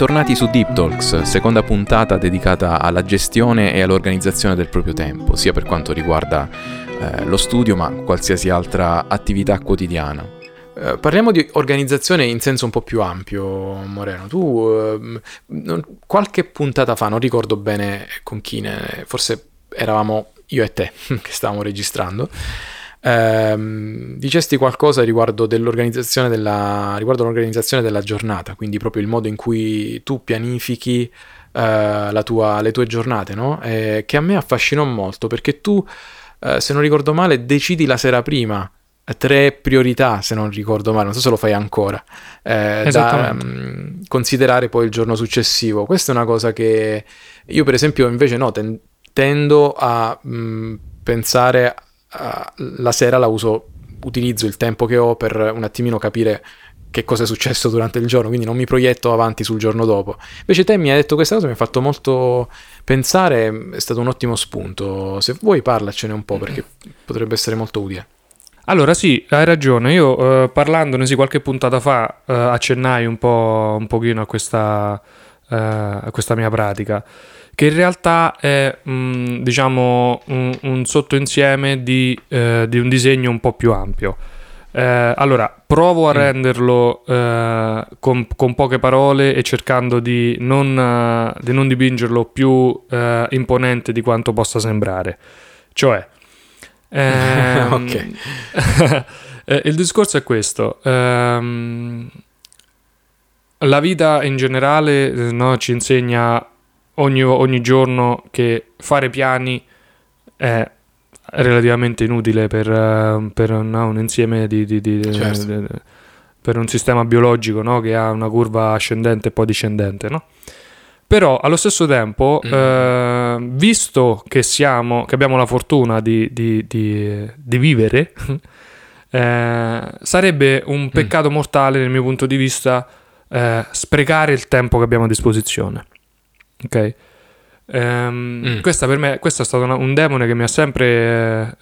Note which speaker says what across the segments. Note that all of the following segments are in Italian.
Speaker 1: Bentornati su Deep Talks, seconda puntata dedicata alla gestione e all'organizzazione del proprio tempo, sia per quanto riguarda lo studio, ma qualsiasi altra attività quotidiana. Parliamo di organizzazione in senso un po' più ampio, Moreno. Tu qualche puntata fa, non ricordo bene con chi, forse eravamo io e te che stavamo registrando, dicesti qualcosa riguardo l'organizzazione della giornata, quindi proprio il modo in cui tu pianifichi le tue giornate, no? Che a me affascinò molto, perché tu, se non ricordo male, decidi la sera prima 3 priorità, se non ricordo male, non so se lo fai ancora, da considerare poi il giorno successivo. Questa è una cosa che io per esempio invece no, tendo a pensare la sera utilizzo il tempo che ho per un attimino capire che cosa è successo durante il giorno, quindi non mi proietto avanti sul giorno dopo. Invece te mi hai detto questa cosa, mi ha fatto molto pensare, è stato un ottimo spunto. Se vuoi parlacene un po', perché potrebbe essere molto utile.
Speaker 2: Allora sì, hai ragione, io parlandone qualche puntata fa accennai un pochino a questa mia pratica, che in realtà è diciamo un sottoinsieme di un disegno un po' più ampio. Allora, provo a renderlo con poche parole e cercando di non dipingerlo più imponente di quanto possa sembrare. Cioè,
Speaker 1: ok.
Speaker 2: Il discorso è questo. La vita in generale, no, ci insegna ogni giorno che fare piani è relativamente inutile per un insieme
Speaker 1: Certo.
Speaker 2: per un sistema biologico, no, che ha una curva ascendente e poi discendente, no? Però allo stesso tempo, visto che abbiamo la fortuna di vivere, sarebbe un peccato mortale nel mio punto di vista sprecare il tempo che abbiamo a disposizione. Ok? Questa per me, questo è stato un demone che mi ha sempre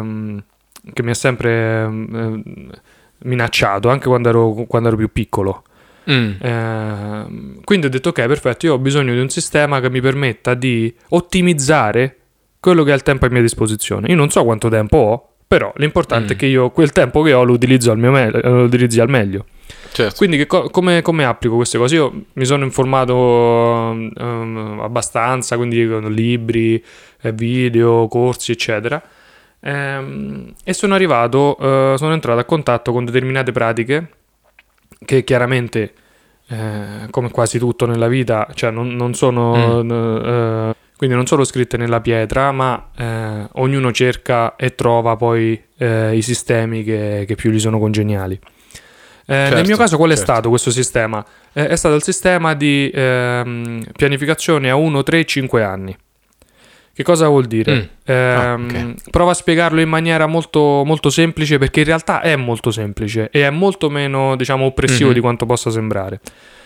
Speaker 2: minacciato, anche quando ero più piccolo. Quindi ho detto ok, perfetto, io ho bisogno di un sistema che mi permetta di ottimizzare quello che è il tempo a mia disposizione. Io non so quanto tempo ho, però l'importante è che io quel tempo che ho lo utilizzi al meglio.
Speaker 1: Certo.
Speaker 2: Quindi come applico queste cose? Io mi sono informato abbastanza, quindi con libri, video, corsi, eccetera, e sono entrato a contatto con determinate pratiche che chiaramente, come quasi tutto nella vita, cioè non sono quindi non sono scritte nella pietra, ma ognuno cerca e trova poi i sistemi che più gli sono congeniali. Nel mio caso qual è stato questo sistema? È stato il sistema di pianificazione a 1, 3, 5 anni. Che cosa vuol dire?
Speaker 1: Okay.
Speaker 2: Provo a spiegarlo in maniera molto, molto semplice, perché in realtà è molto semplice e è molto meno, diciamo, oppressivo di quanto possa sembrare.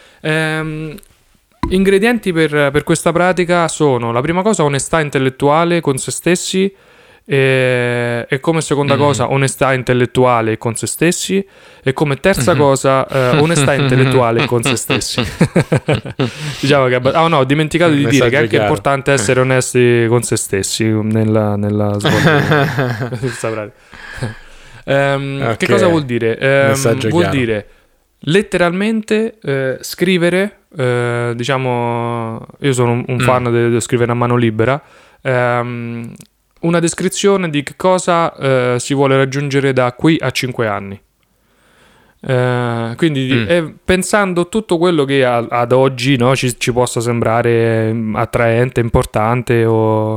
Speaker 2: Ingredienti per questa pratica sono: la prima cosa, onestà intellettuale con se stessi, e come seconda cosa onestà intellettuale con se stessi, e come terza cosa onestà intellettuale con se stessi. Diciamo che ho dimenticato di dire che è anche importante essere onesti con se stessi nella svolta di questa pratica.
Speaker 1: Okay.
Speaker 2: Che cosa vuol dire? Vuol dire letteralmente scrivere, diciamo, io sono un fan di scrivere a mano libera, una descrizione di che cosa si vuole raggiungere da qui a 5 anni. Quindi pensando tutto quello che ad oggi, no, ci possa sembrare attraente, importante o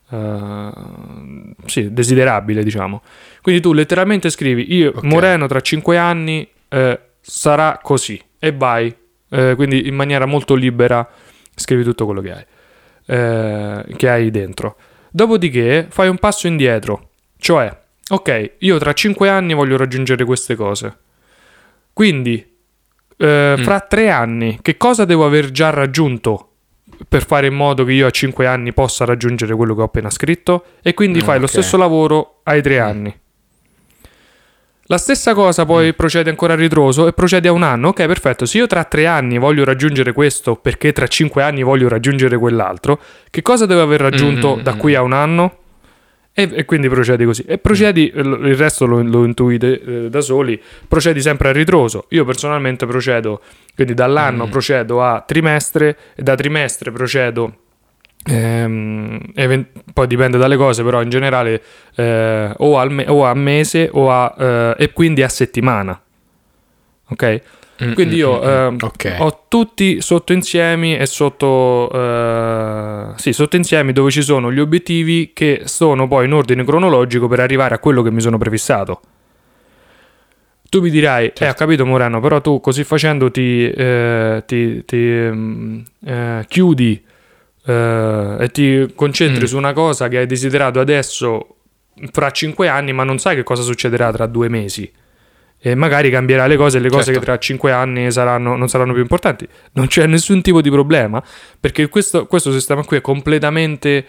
Speaker 2: desiderabile, diciamo. Quindi tu letteralmente scrivi: io, Moreno, tra 5 anni sarà così, e vai. Quindi in maniera molto libera scrivi tutto quello che hai dentro. Dopodiché fai un passo indietro, cioè, ok, io tra 5 anni voglio raggiungere queste cose. Quindi, fra 3 anni, che cosa devo aver già raggiunto per fare in modo che io a 5 anni possa raggiungere quello che ho appena scritto? E quindi fai lo stesso lavoro ai 3 anni. La stessa cosa poi procede ancora a ritroso e procede a un anno. Ok, perfetto. Se io tra 3 anni voglio raggiungere questo perché tra 5 anni voglio raggiungere quell'altro, che cosa devo aver raggiunto da qui a un anno? E quindi procedi così. E procedi, il resto lo intuite da soli, procedi sempre a ritroso. Io personalmente procedo, quindi dall'anno procedo a trimestre e da trimestre procedo... poi dipende dalle cose, però in generale o a mese e quindi a settimana, ok? Quindi io
Speaker 1: ok.
Speaker 2: ho tutti sottoinsiemi e sottoinsiemi dove ci sono gli obiettivi che sono poi in ordine cronologico per arrivare a quello che mi sono prefissato. Tu mi dirai, ho capito Moreno, però tu così facendo ti chiudi e ti concentri su una cosa che hai desiderato adesso fra 5 anni, ma non sai che cosa succederà tra 2 mesi e magari cambierà le cose, che tra 5 anni non saranno più importanti. Non c'è nessun tipo di problema, perché questo sistema qui è completamente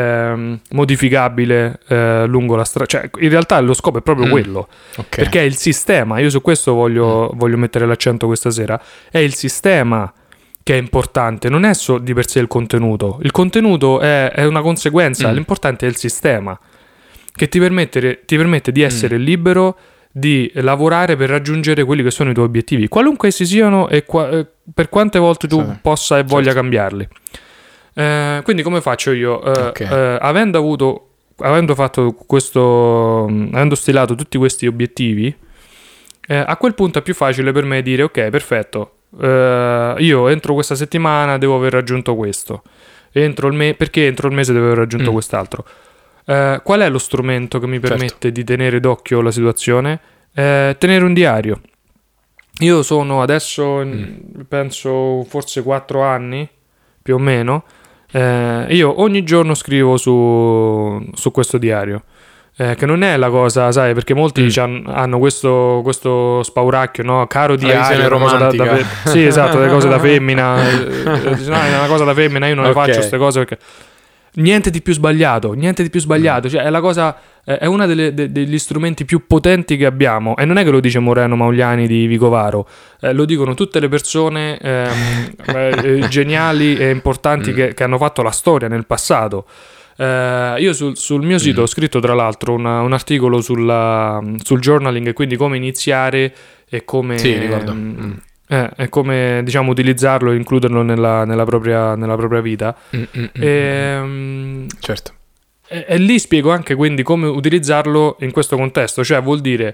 Speaker 2: modificabile lungo la strada. Cioè, in realtà lo scopo è proprio quello, perché è il sistema. Io su questo voglio mettere l'accento questa sera. È il sistema che è importante, non è di per sé il contenuto. Il contenuto è una conseguenza, l'importante è il sistema che ti permette di essere libero di lavorare per raggiungere quelli che sono i tuoi obiettivi, qualunque essi siano e per quante volte tu possa e voglia cambiarli. Quindi come faccio io? Avendo fatto questo, avendo stilato tutti questi obiettivi, a quel punto è più facile per me dire ok, perfetto, io entro questa settimana devo aver raggiunto questo, perché entro il mese devo aver raggiunto quest'altro. Qual è lo strumento che mi permette di tenere d'occhio la situazione? Tenere un diario. Io sono adesso, penso, forse 4 anni, più o meno. Io ogni giorno scrivo su questo diario. Che non è la cosa, sai, perché molti hanno questo spauracchio, no? Caro diario,
Speaker 1: romantica.
Speaker 2: Sì, esatto, le cose da femmina. No, è una cosa da femmina, io non le faccio queste cose perché... Niente di più sbagliato, cioè è la cosa, è una degli strumenti più potenti che abbiamo, e non è che lo dice Moreno Mauliani di Vicovaro, lo dicono tutte le persone geniali e importanti che hanno fatto la storia nel passato. Io sul mio sito ho scritto tra l'altro un articolo sul journaling, e quindi come iniziare e come...
Speaker 1: Sì, ricordo.
Speaker 2: E come, diciamo, utilizzarlo e includerlo nella propria vita.
Speaker 1: Certo.
Speaker 2: E lì spiego anche quindi come utilizzarlo in questo contesto, cioè vuol dire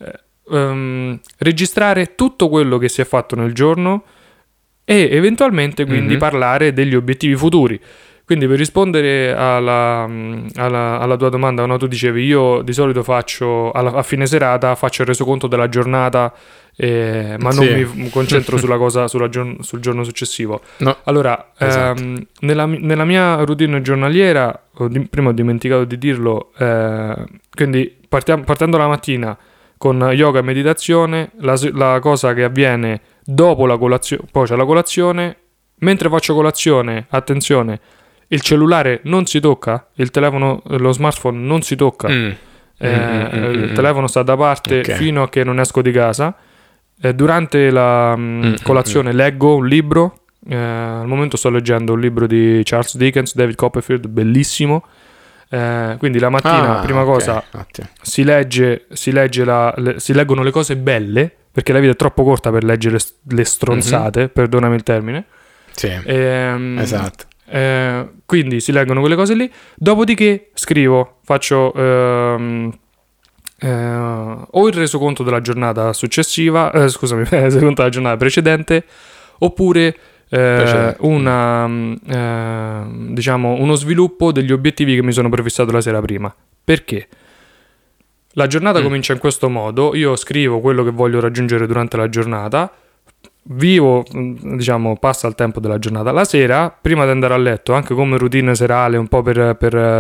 Speaker 2: registrare tutto quello che si è fatto nel giorno e eventualmente quindi parlare degli obiettivi futuri. Quindi per rispondere alla tua domanda, no, tu dicevi io di solito faccio a fine serata faccio il resoconto della giornata, ma non mi concentro sul giorno successivo.
Speaker 1: No.
Speaker 2: Allora, nella mia routine giornaliera, prima ho dimenticato di dirlo, quindi partendo la mattina con yoga e meditazione, la cosa che avviene dopo la colazione, poi c'è la colazione, mentre faccio colazione, attenzione, il cellulare non si tocca, il telefono, lo smartphone non si tocca, il telefono sta da parte fino a che non esco di casa. Durante la colazione leggo un libro, al momento sto leggendo un libro di Charles Dickens, David Copperfield, bellissimo. Quindi la mattina, prima cosa, si leggono le cose belle, perché la vita è troppo corta per leggere le stronzate, perdonami il termine.
Speaker 1: Sì, esatto.
Speaker 2: Quindi si leggono quelle cose lì, dopodiché scrivo, faccio o il resoconto della giornata successiva, scusami, il resoconto della giornata precedente, oppure diciamo uno sviluppo degli obiettivi che mi sono prefissato la sera prima. Perché? La giornata comincia in questo modo, io scrivo quello che voglio raggiungere durante la giornata, vivo, diciamo, passa il tempo della giornata. La sera, prima di andare a letto, anche come routine serale, un po' per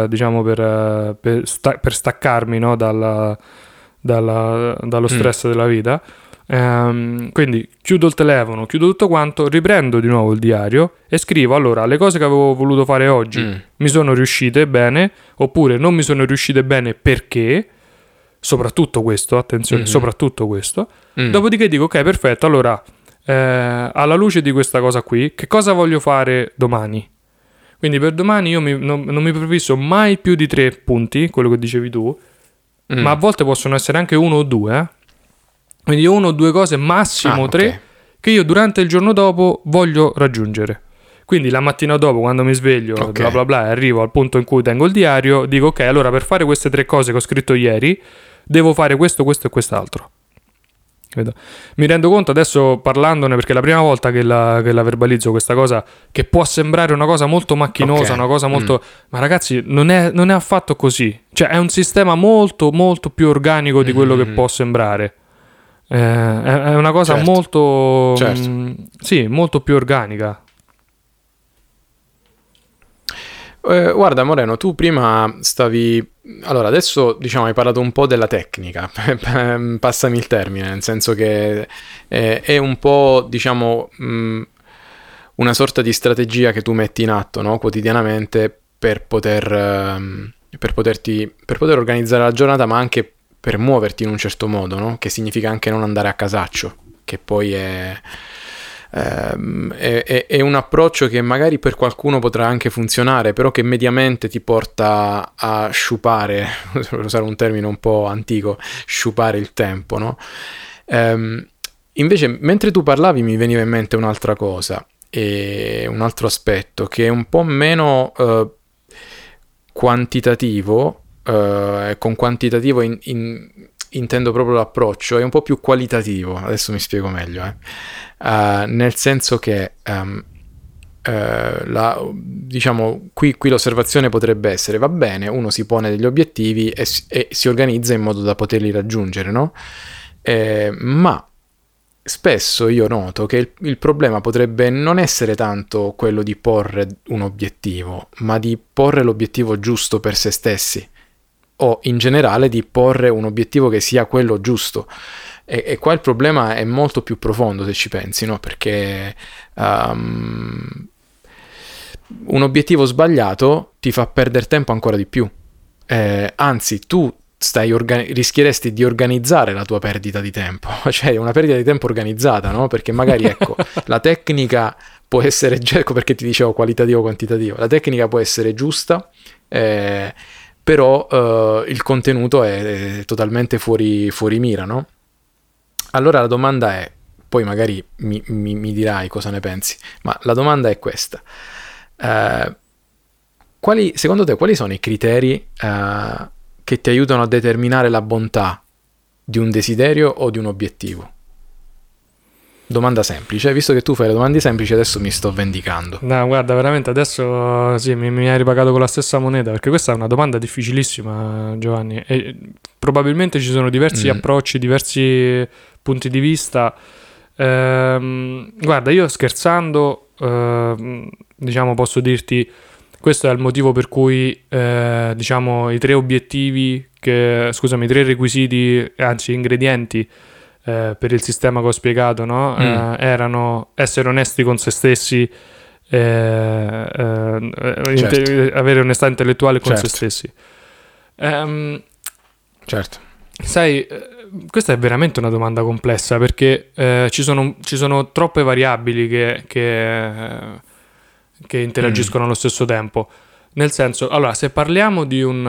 Speaker 2: staccarmi, no, dallo stress della vita, quindi chiudo il telefono, chiudo tutto quanto, riprendo di nuovo il diario e scrivo: allora, le cose che avevo voluto fare oggi mi sono riuscite bene, oppure non mi sono riuscite bene perché, soprattutto questo, attenzione, soprattutto questo. Dopodiché dico, ok, perfetto, allora, alla luce di questa cosa qui, che cosa voglio fare domani? Quindi per domani io non mi prefisso mai più di 3 punti, quello che dicevi tu, ma a volte possono essere anche 1 o 2, quindi 1 o 2 cose, massimo 3,
Speaker 1: ok.
Speaker 2: che io durante il giorno dopo voglio raggiungere. Quindi la mattina dopo, quando mi sveglio,
Speaker 1: Ok.
Speaker 2: bla bla bla, e arrivo al punto in cui tengo il diario, dico, ok, allora per fare queste 3 cose che ho scritto ieri, devo fare questo, questo e quest'altro. Vedo. Mi rendo conto adesso parlandone, perché è la prima volta che la verbalizzo questa cosa, che può sembrare una cosa molto macchinosa,
Speaker 1: Ok.
Speaker 2: una cosa molto... Ma ragazzi, non è affatto così. Cioè è un sistema molto molto più organico di quello che può sembrare. È una cosa
Speaker 1: Certo.
Speaker 2: molto...
Speaker 1: Certo.
Speaker 2: sì, molto più organica.
Speaker 1: Guarda Moreno, tu prima stavi... Allora, adesso diciamo hai parlato un po' della tecnica, passami il termine, nel senso che è un po', diciamo, una sorta di strategia che tu metti in atto, no? Quotidianamente per poter organizzare la giornata, ma anche per muoverti in un certo modo, no? Che significa anche non andare a casaccio, che poi è un approccio che magari per qualcuno potrà anche funzionare, però che mediamente ti porta a sciupare, per usare un termine un po' antico, sciupare il tempo, no? Invece, mentre tu parlavi mi veniva in mente un'altra cosa, e un altro aspetto che è un po' meno quantitativo, con quantitativo intendo proprio l'approccio, è un po' più qualitativo, adesso mi spiego meglio, nel senso che diciamo qui l'osservazione potrebbe essere, va bene, uno si pone degli obiettivi e si organizza in modo da poterli raggiungere, no? Ma spesso io noto che il problema potrebbe non essere tanto quello di porre un obiettivo, ma di porre l'obiettivo giusto per se stessi, o in generale di porre un obiettivo che sia quello giusto. E qua il problema è molto più profondo, se ci pensi, no? Perché un obiettivo sbagliato ti fa perdere tempo ancora di più. Anzi, tu rischieresti di organizzare la tua perdita di tempo, cioè una perdita di tempo organizzata, no? Perché magari, ecco, la tecnica può essere, ecco perché ti dicevo qualitativo quantitativo, la tecnica può essere giusta, però il contenuto è totalmente fuori mira, no? Allora la domanda è, poi magari mi dirai cosa ne pensi, ma la domanda è questa. Secondo te quali sono i criteri che ti aiutano a determinare la bontà di un desiderio o di un obiettivo? Domanda semplice, visto che tu fai le domande semplici adesso mi sto vendicando.
Speaker 2: No, guarda, veramente adesso sì, mi hai ripagato con la stessa moneta, perché questa è una domanda difficilissima, Giovanni, e probabilmente ci sono diversi approcci, diversi punti di vista. Guarda, io scherzando, diciamo, posso dirti, questo è il motivo per cui, diciamo, i 3 obiettivi, i 3 requisiti, anzi ingredienti, per il sistema che ho spiegato, no? Erano essere onesti con se stessi, avere onestà intellettuale con se stessi.
Speaker 1: Certo.
Speaker 2: Sai, questa è veramente una domanda complessa, perché ci sono troppe variabili che interagiscono allo stesso tempo. Nel senso, allora, se parliamo di un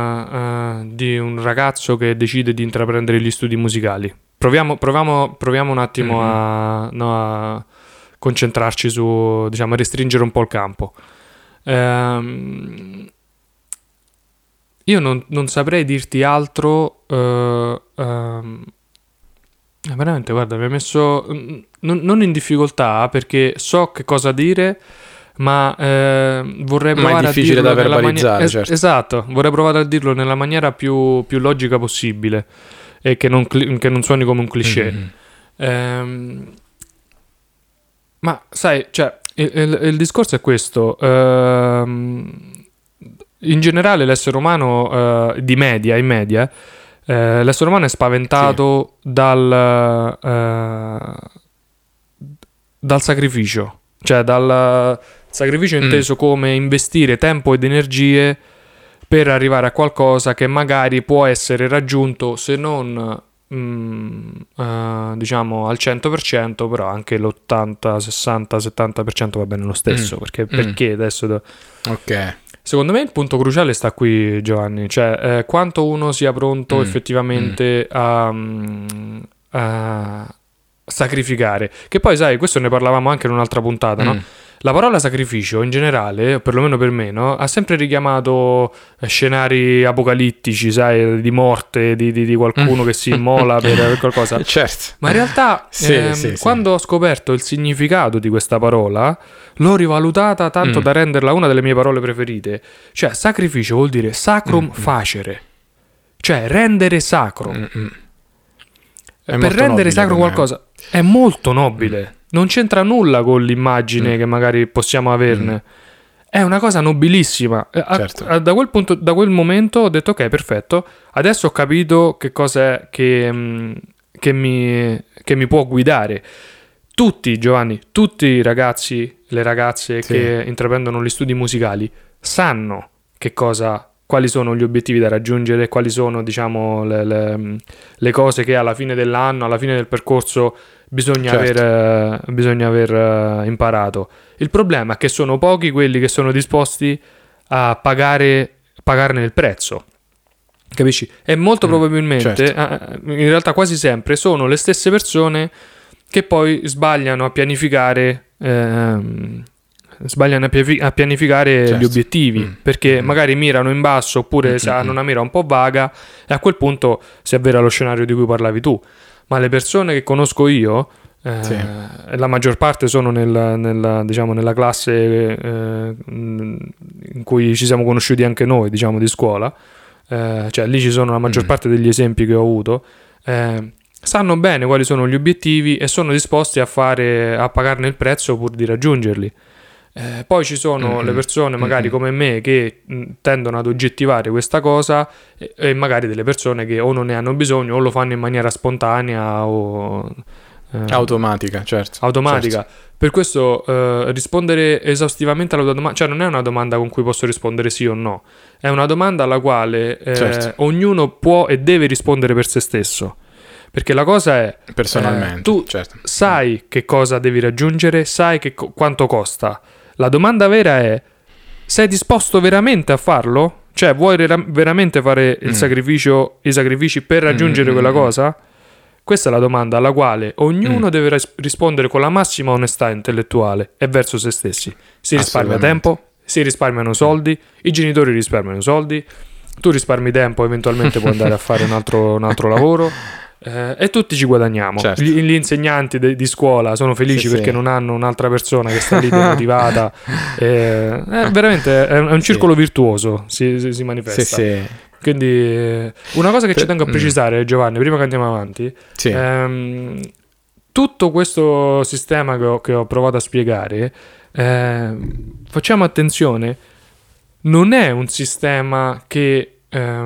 Speaker 2: ragazzo che decide di intraprendere gli studi musicali, proviamo un attimo a concentrarci su, diciamo, a restringere un po' il campo. Io non saprei dirti altro. Veramente, guarda, mi ha messo non in difficoltà, perché so che cosa dire, ma vorrei provare
Speaker 1: è difficile da verbalizzare, certo.
Speaker 2: Esatto, vorrei provare a dirlo nella maniera più logica possibile e che non suoni come un cliché. Ma sai, cioè, il discorso è questo. In generale l'essere umano, in media, l'essere umano è spaventato dal sacrificio, cioè dal sacrificio inteso come investire tempo ed energie per arrivare a qualcosa che magari può essere raggiunto, se non diciamo al 100%, però anche l'80, 60, 70% va bene lo stesso, perché adesso
Speaker 1: Ok.
Speaker 2: secondo me il punto cruciale sta qui, Giovanni, cioè quanto uno sia pronto effettivamente a sacrificare, che poi sai, questo ne parlavamo anche in un'altra puntata, no? La parola sacrificio in generale, o perlomeno per me, no? Ha sempre richiamato scenari apocalittici, sai, di morte, di qualcuno che si immola per qualcosa.
Speaker 1: Certo.
Speaker 2: Ma in realtà,
Speaker 1: Sì.
Speaker 2: quando ho scoperto il significato di questa parola, l'ho rivalutata tanto da renderla una delle mie parole preferite. Cioè, sacrificio vuol dire sacrum facere, cioè rendere sacro. Per rendere sacro qualcosa è molto nobile. Non c'entra nulla con l'immagine che magari possiamo averne. È una cosa nobilissima.
Speaker 1: Certo.
Speaker 2: Da quel momento ho detto ok, perfetto. Adesso ho capito che cos'è che mi può guidare. Tutti, Giovanni, tutti i ragazzi, le ragazze che intraprendono gli studi musicali sanno quali sono gli obiettivi da raggiungere, quali sono, diciamo, le cose che alla fine dell'anno, alla fine del percorso bisogna aver imparato. Il problema è che sono pochi quelli che sono disposti a pagarne il prezzo. Capisci? E molto probabilmente, in realtà quasi sempre, sono le stesse persone che poi sbagliano a pianificare gli obiettivi, perché magari mirano in basso, oppure hanno una mira un po' vaga, e a quel punto si avvera lo scenario di cui parlavi tu. Ma le persone che conosco io, la maggior parte sono nella classe in cui ci siamo conosciuti anche noi, diciamo, di scuola, cioè lì ci sono la maggior parte degli esempi che ho avuto, sanno bene quali sono gli obiettivi e sono disposti a pagarne il prezzo pur di raggiungerli. Poi ci sono le persone magari come me che tendono ad oggettivare questa cosa, e magari delle persone che o non ne hanno bisogno o lo fanno in maniera spontanea o
Speaker 1: automatica, certo.
Speaker 2: Per questo rispondere esaustivamente alla tua domanda, cioè non è una domanda con cui posso rispondere sì o no, è una domanda alla quale ognuno può e deve rispondere per se stesso. Perché la cosa è,
Speaker 1: personalmente,
Speaker 2: tu sai che cosa devi raggiungere, sai quanto costa. La domanda vera è: sei disposto veramente a farlo? Cioè, vuoi veramente fare i sacrifici per raggiungere quella cosa? Questa è la domanda alla quale ognuno deve rispondere con la massima onestà intellettuale e verso se stessi. Si risparmia tempo, si risparmiano soldi, i genitori risparmiano soldi, tu risparmi tempo, eventualmente puoi andare a fare un altro lavoro. E tutti ci guadagniamo. Gli insegnanti di scuola sono felici perché non hanno un'altra persona che sta lì demotivata. Veramente è un circolo virtuoso, si manifesta. Quindi una cosa che ci tengo a precisare, Giovanni, prima che andiamo avanti, tutto questo sistema che ho provato a spiegare, facciamo attenzione, non è un sistema che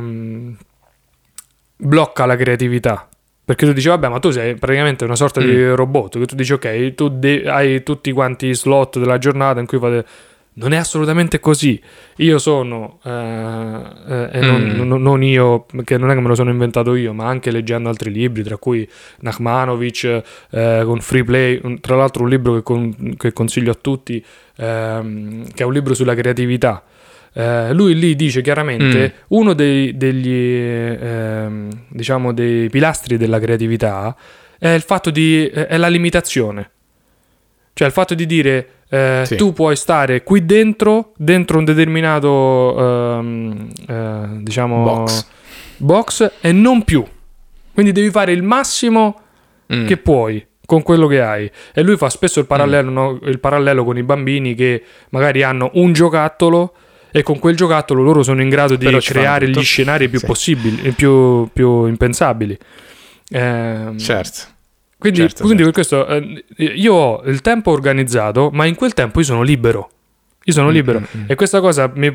Speaker 2: blocca la creatività. Perché tu dici, vabbè, ma tu sei praticamente una sorta di robot, che tu dici, ok, tu hai tutti quanti i slot della giornata in cui fate... Non è assolutamente così. Io sono, e non io, che non è che me lo sono inventato io, ma anche leggendo altri libri, tra cui Nachmanovic, con Free Play, tra l'altro un libro che consiglio a tutti, che è un libro sulla creatività. Lui lì dice chiaramente uno dei pilastri della creatività è il fatto è la limitazione, cioè il fatto di dire tu puoi stare qui dentro un determinato box e non più, quindi devi fare il massimo che puoi con quello che hai. E lui fa spesso il parallelo con i bambini che magari hanno un giocattolo e con quel giocattolo loro sono in grado di creare gli scenari più possibili, più impensabili. Quindi per questo io ho il tempo organizzato, ma in quel tempo io sono libero. E questa cosa mi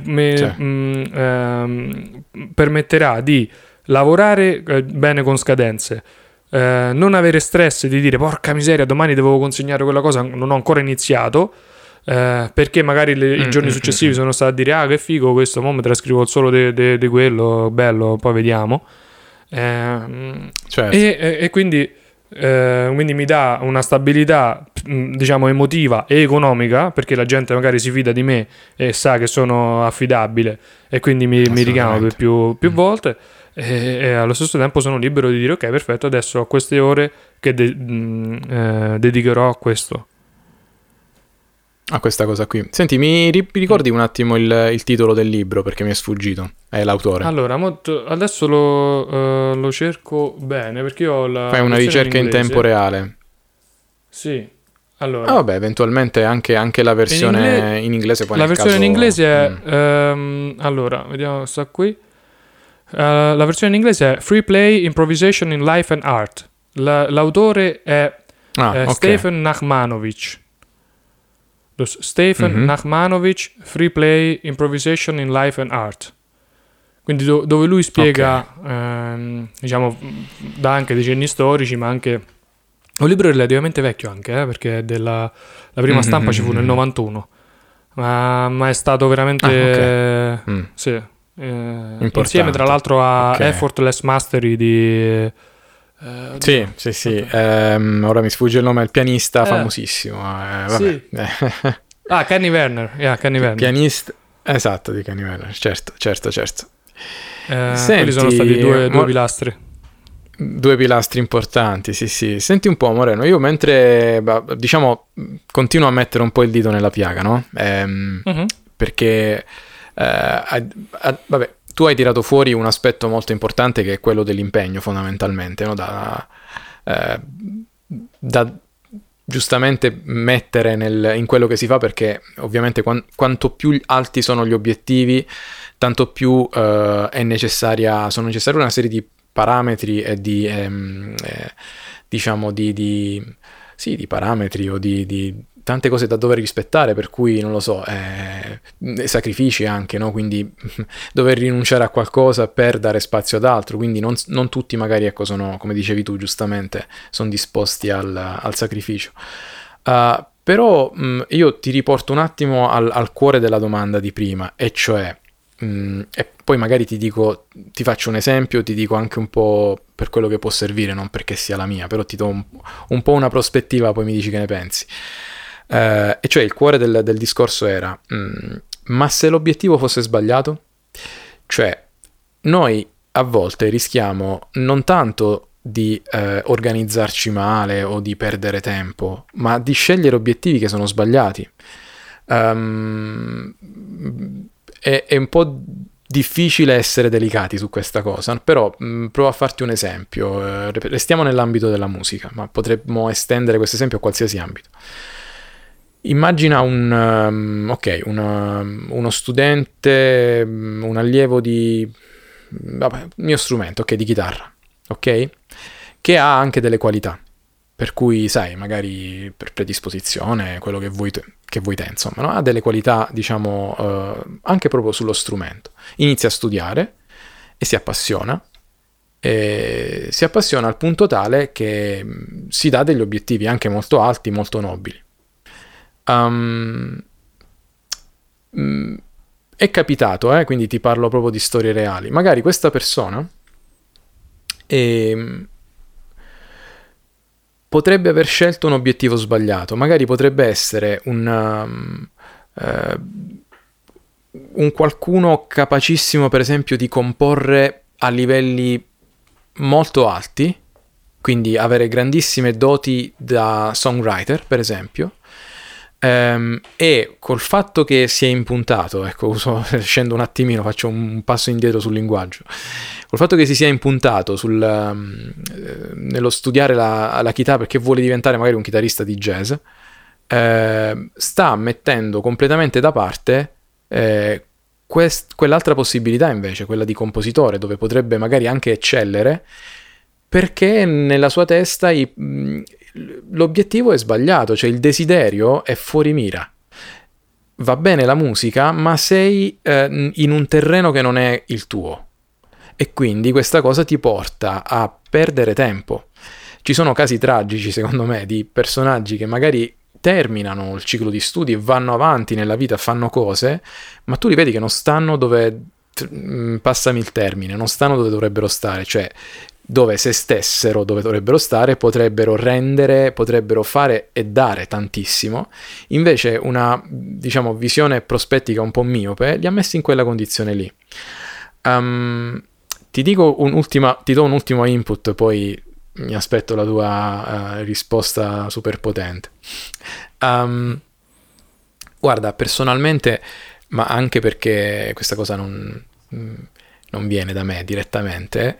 Speaker 2: permetterà di lavorare bene con scadenze, non avere stress di dire porca miseria, domani devo consegnare quella cosa, non ho ancora iniziato. perché magari i giorni successivi sono stati a dire ah che figo questo, mo me trascrivo solo di quello, bello, poi vediamo.
Speaker 1: Certo.
Speaker 2: E quindi mi dà una stabilità, diciamo, emotiva e economica, perché la gente magari si fida di me e sa che sono affidabile e quindi mi richiama per più volte, e allo stesso tempo sono libero di dire ok, perfetto, adesso ho queste ore che dedicherò a questo.
Speaker 1: A questa cosa qui. Senti, mi ricordi un attimo il titolo del libro, perché mi è sfuggito. È l'autore.
Speaker 2: Allora, adesso lo cerco bene, perché io ho la
Speaker 1: Fai una ricerca in tempo reale.
Speaker 2: Sì. Allora,
Speaker 1: vabbè, eventualmente anche la versione in inglese poi
Speaker 2: la
Speaker 1: nel
Speaker 2: versione
Speaker 1: caso...
Speaker 2: in inglese è allora, vediamo, sta qui. La versione in inglese è Free Play Improvisation in Life and Art. L'autore è
Speaker 1: okay.
Speaker 2: Stefan Nachmanovic. Stefan Nachmanovic, Free Play Improvisation in Life and Art. Quindi dove lui spiega, diciamo, dà anche dei cenni storici, ma anche un libro relativamente vecchio anche, perché la prima stampa ci fu nel 91, ma è stato veramente sì, insieme tra l'altro a Effortless Mastery di
Speaker 1: sì. Ora mi sfugge il nome, il pianista famosissimo. Vabbè.
Speaker 2: Sì. Kenny Werner. Kenny Werner.
Speaker 1: Pianista, esatto, di Kenny Werner, certo.
Speaker 2: Quelli sono stati due pilastri.
Speaker 1: Due pilastri importanti, sì. Senti un po', Moreno, io mentre, diciamo, continuo a mettere un po' il dito nella piaga, no? Perché, vabbè, tu hai tirato fuori un aspetto molto importante che è quello dell'impegno, fondamentalmente, no? Da giustamente mettere in quello che si fa, perché ovviamente quanto più alti sono gli obiettivi, tanto più sono necessaria una serie di parametri e diciamo di parametri o di tante cose da dover rispettare, per cui non lo so, sacrifici anche, no? Quindi dover rinunciare a qualcosa per dare spazio ad altro, quindi non tutti magari, ecco, sono, come dicevi tu giustamente, sono disposti al sacrificio. Però io ti riporto un attimo al cuore della domanda di prima, e cioè e poi magari ti faccio un esempio, ti dico anche un po' per quello che può servire, non perché sia la mia, però ti do un po' una prospettiva, poi mi dici che ne pensi. E cioè il cuore del discorso era ma se l'obiettivo fosse sbagliato? Cioè noi a volte rischiamo non tanto di organizzarci male o di perdere tempo, ma di scegliere obiettivi che sono sbagliati. È un po' difficile essere delicati su questa cosa, però provo a farti un esempio. Restiamo nell'ambito della musica, ma potremmo estendere questo esempio a qualsiasi ambito. Immagina uno studente, un allievo di mio strumento, di chitarra, ok? Che ha anche delle qualità, per cui sai, magari per predisposizione, quello che vuoi te, insomma, no? Ha delle qualità, diciamo, anche proprio sullo strumento. Inizia a studiare e si appassiona al punto tale che si dà degli obiettivi anche molto alti, molto nobili. È capitato, quindi ti parlo proprio di storie reali. Magari questa persona potrebbe aver scelto un obiettivo sbagliato, magari potrebbe essere un qualcuno capacissimo, per esempio, di comporre a livelli molto alti, quindi avere grandissime doti da songwriter, per esempio. E col fatto che si è impuntato, ecco, scendo un attimino, faccio un passo indietro sul linguaggio, col fatto che si sia impuntato nello studiare la chitarra perché vuole diventare magari un chitarrista di jazz, sta mettendo completamente da parte quell'altra possibilità invece, quella di compositore, dove potrebbe magari anche eccellere, perché nella sua testa l'obiettivo è sbagliato, cioè il desiderio è fuori mira. Va bene la musica, ma sei in un terreno che non è il tuo, e quindi questa cosa ti porta a perdere tempo. Ci sono casi tragici, secondo me, di personaggi che magari terminano il ciclo di studi e vanno avanti nella vita, fanno cose, ma tu li vedi che non stanno dove, passami il termine, non stanno dove dovrebbero stare, cioè dove se stessero dove dovrebbero stare potrebbero rendere, potrebbero fare e dare tantissimo, invece una, diciamo, visione prospettica un po' miope li ha messi in quella condizione lì. Ti do un ultimo input, poi mi aspetto la tua risposta super potente. Guarda, personalmente, ma anche perché questa cosa non viene da me direttamente,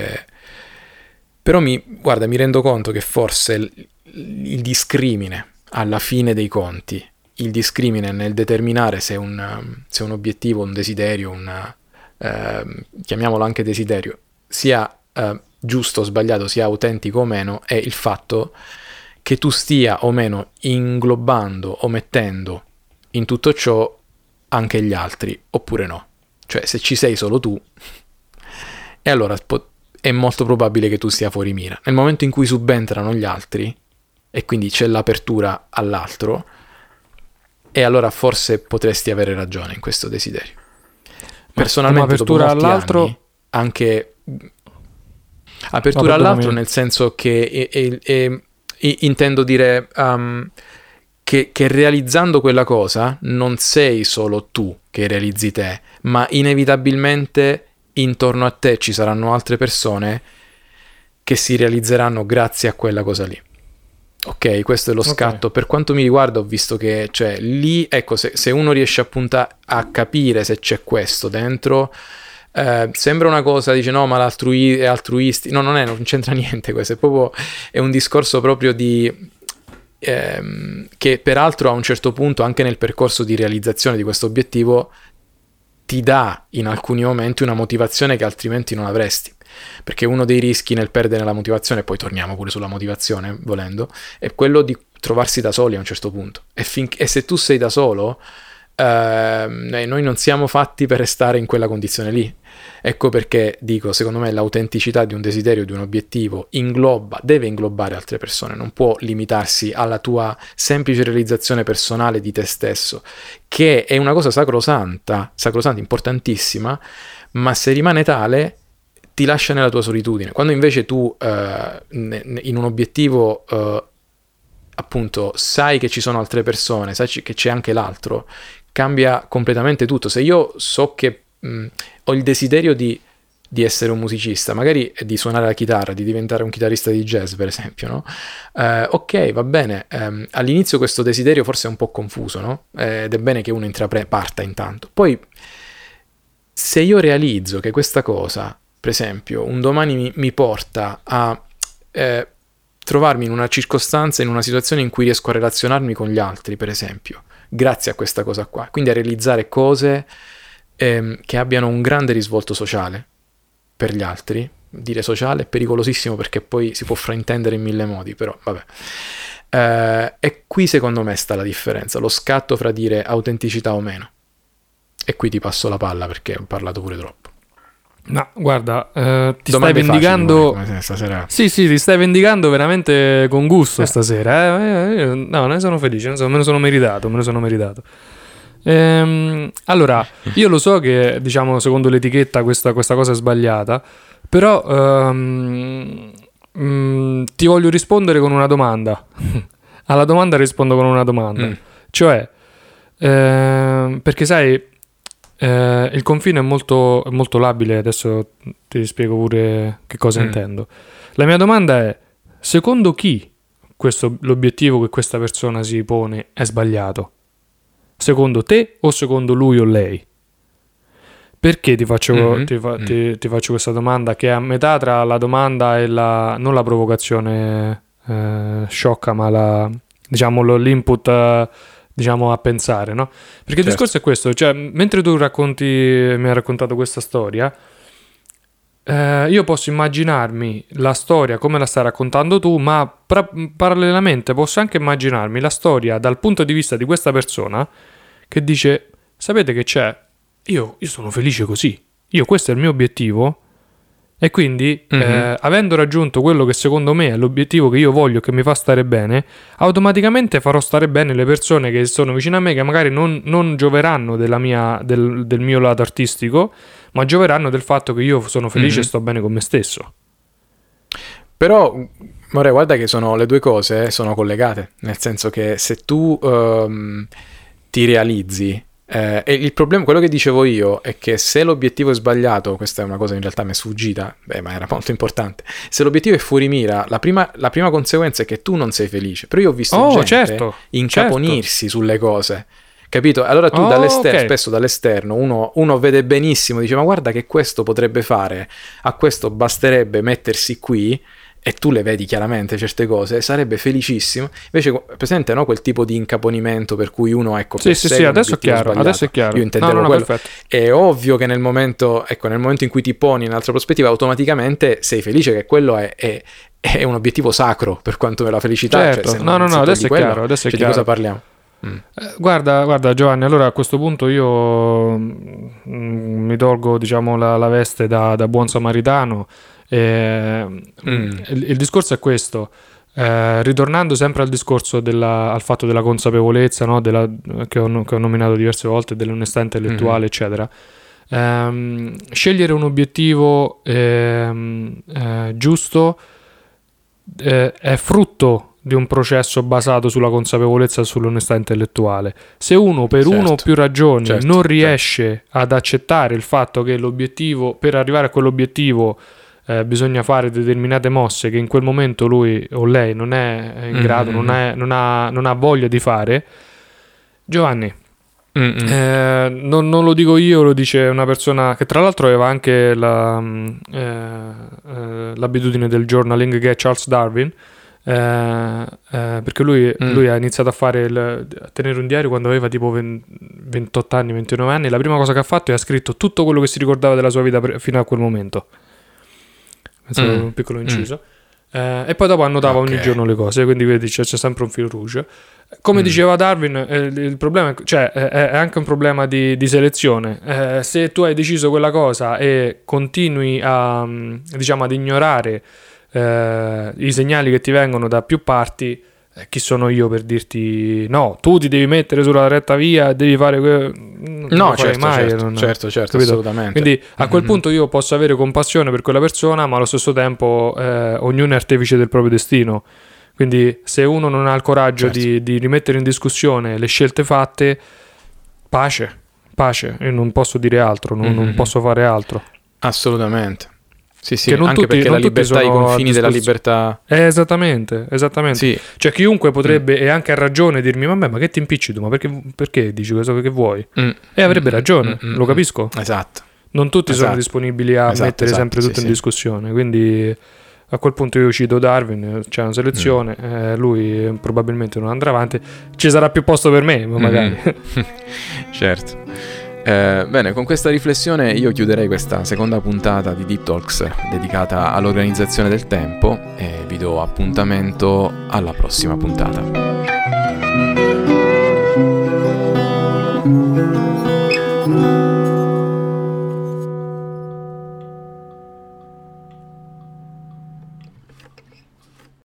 Speaker 1: però mi rendo conto che forse il discrimine alla fine dei conti, il discrimine nel determinare se un obiettivo, un desiderio, chiamiamolo anche desiderio, sia giusto o sbagliato, sia autentico o meno, è il fatto che tu stia o meno inglobando o mettendo in tutto ciò anche gli altri, oppure no. Cioè, se ci sei solo tu, e allora è molto probabile che tu stia fuori mira. Nel momento in cui subentrano gli altri, e quindi c'è l'apertura all'altro, e allora forse potresti avere ragione in questo desiderio. Personalmente,
Speaker 2: apertura
Speaker 1: dopo molti
Speaker 2: all'altro,
Speaker 1: anni, anche apertura all'altro, nel senso che intendo dire che realizzando quella cosa non sei solo tu che realizzi te, ma inevitabilmente intorno a te ci saranno altre persone che si realizzeranno grazie a quella cosa lì. Ok, questo è lo scatto. Per quanto mi riguarda, ho visto che, cioè, lì, ecco, se uno riesce appunto a capire se c'è questo dentro, sembra una cosa, dice no, ma è altruisti. No, non c'entra niente questo, è un discorso proprio di che peraltro a un certo punto, anche nel percorso di realizzazione di questo obiettivo, ti dà in alcuni momenti una motivazione che altrimenti non avresti. Perché uno dei rischi nel perdere la motivazione, poi torniamo pure sulla motivazione volendo, è quello di trovarsi da soli a un certo punto, e se tu sei da solo, noi non siamo fatti per restare in quella condizione lì. Ecco perché dico, secondo me l'autenticità di un desiderio, di un obiettivo deve inglobare altre persone, non può limitarsi alla tua semplice realizzazione personale di te stesso, che è una cosa sacrosanta, importantissima, ma se rimane tale ti lascia nella tua solitudine. Quando invece tu in un obiettivo appunto sai che ci sono altre persone, sai che c'è anche l'altro, cambia completamente tutto. Se io so che ho il desiderio di essere un musicista, magari di suonare la chitarra, di diventare un chitarrista di jazz, per esempio, no? Ok, va bene, all'inizio questo desiderio forse è un po' confuso, no? Ed è bene che uno parta intanto. Poi, se io realizzo che questa cosa, per esempio, un domani mi porta a trovarmi in una circostanza, in una situazione in cui riesco a relazionarmi con gli altri, per esempio, grazie a questa cosa qua, quindi a realizzare cose che abbiano un grande risvolto sociale per gli altri. Dire sociale è pericolosissimo perché poi si può fraintendere in mille modi, però vabbè. E qui secondo me sta la differenza, lo scatto fra dire autenticità o meno. E qui ti passo la palla perché ho parlato pure troppo.
Speaker 2: No, guarda, ti
Speaker 1: Domande
Speaker 2: stai vendicando.
Speaker 1: Facili, stasera.
Speaker 2: Sì, ti stai vendicando veramente con gusto stasera. No, ne sono felice, me ne sono meritato. Allora, io lo so che, diciamo, secondo l'etichetta questa cosa è sbagliata, però ti voglio rispondere con una domanda. Alla domanda rispondo con una domanda. Cioè, perché sai, il confine è molto, molto labile. Adesso ti spiego pure che cosa intendo. La mia domanda è: secondo chi l'obiettivo che questa persona si pone è sbagliato? Secondo te o secondo lui o lei? Perché ti faccio questa domanda, che è a metà tra la domanda e non la provocazione sciocca, ma l'input diciamo a pensare, no? Perché il discorso è questo, cioè mentre tu mi hai raccontato questa storia, io posso immaginarmi la storia come la stai raccontando tu, ma parallelamente posso anche immaginarmi la storia dal punto di vista di questa persona che dice: sapete che c'è? Io sono felice così, questo è il mio obiettivo E quindi, avendo raggiunto quello che secondo me è l'obiettivo che io voglio, che mi fa stare bene, automaticamente farò stare bene le persone che sono vicino a me, che magari non gioveranno del mio lato artistico, ma gioveranno del fatto che io sono felice e sto bene con me stesso.
Speaker 1: Però, More, guarda che le due cose sono collegate, nel senso che se tu ti realizzi, e il problema, quello che dicevo io, è che se l'obiettivo è sbagliato, questa è una cosa che in realtà mi è sfuggita, ma era molto importante, se l'obiettivo è fuori mira, la prima conseguenza è che tu non sei felice. Però io ho visto gente incaponirsi sulle cose, capito? Allora tu spesso dall'esterno uno vede benissimo, dice ma guarda che questo potrebbe fare, a questo basterebbe mettersi qui, e tu le vedi chiaramente certe cose, sarebbe felicissimo. Invece presente, no, quel tipo di incaponimento per cui uno
Speaker 2: sì, adesso è chiaro,
Speaker 1: io intendevo quello. Perfetto. È ovvio che nel momento in cui ti poni in un'altra prospettiva, automaticamente sei felice, che quello è un obiettivo sacro per quanto è la felicità.
Speaker 2: Certo. Cioè, no, adesso è chiaro,
Speaker 1: di cosa parliamo?
Speaker 2: Guarda Giovanni, allora a questo punto io mi tolgo, diciamo, la veste da buon samaritano. Il discorso è questo, ritornando sempre al discorso al fatto della consapevolezza, no? che ho nominato diverse volte, dell'onestà intellettuale, eccetera. Scegliere un obiettivo giusto è frutto di un processo basato sulla consapevolezza e sull'onestà intellettuale. Se uno per una o più ragioni non riesce ad accettare il fatto che l'obiettivo, per arrivare a quell'obiettivo bisogna fare determinate mosse che in quel momento lui o lei non è in grado, non ha voglia di fare, Giovanni, non lo dico io, lo dice una persona che tra l'altro aveva anche l'abitudine del journaling, che è Charles Darwin, perché lui ha iniziato a tenere un diario quando aveva tipo 28 anni, 29 anni. La prima cosa che ha fatto è ha scritto tutto quello che si ricordava della sua vita fino a quel momento. Un piccolo inciso, e poi dopo annotava ogni giorno le cose, quindi vedi c'è sempre un fil rouge. Come diceva Darwin, il problema è anche un problema di selezione. Se tu hai deciso quella cosa e continui ad ignorare i segnali che ti vengono da più parti, chi sono io per dirti no, tu ti devi mettere sulla retta via, devi fare
Speaker 1: certo, assolutamente.
Speaker 2: Quindi a quel punto io posso avere compassione per quella persona, ma allo stesso tempo ognuno è artefice del proprio destino. Quindi se uno non ha il coraggio di rimettere in discussione le scelte fatte, pace, io non posso dire altro, non posso fare altro.
Speaker 1: Assolutamente. Sì, anche perché la libertà, i confini della libertà.
Speaker 2: Esattamente.
Speaker 1: Sì.
Speaker 2: Cioè chiunque potrebbe, e anche ha ragione, dirmi ma che ti impicci tu? Ma perché dici questo che vuoi? E avrebbe ragione, lo capisco.
Speaker 1: Esatto.
Speaker 2: Non tutti sono disponibili a mettere sempre tutto in discussione, quindi a quel punto io cito Darwin, c'è una selezione, lui probabilmente non andrà avanti, ci sarà più posto per me, magari.
Speaker 1: Certo. Bene, con questa riflessione io chiuderei questa seconda puntata di Deep Talks dedicata all'organizzazione del tempo e vi do appuntamento alla prossima puntata.